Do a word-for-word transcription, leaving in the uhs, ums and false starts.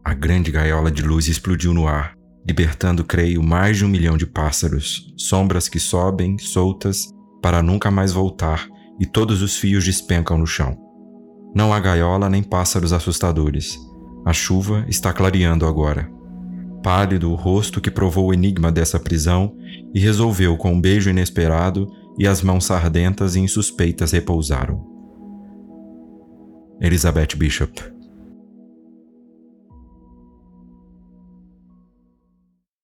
A grande gaiola de luz explodiu no ar, libertando, creio, mais de um milhão de pássaros, sombras que sobem, soltas, para nunca mais voltar, e todos os fios despencam no chão. Não há gaiola nem pássaros assustadores. A chuva está clareando agora. Pálido o rosto que provou o enigma dessa prisão e resolveu com um beijo inesperado, e as mãos sardentas e insuspeitas repousaram. Elizabeth Bishop.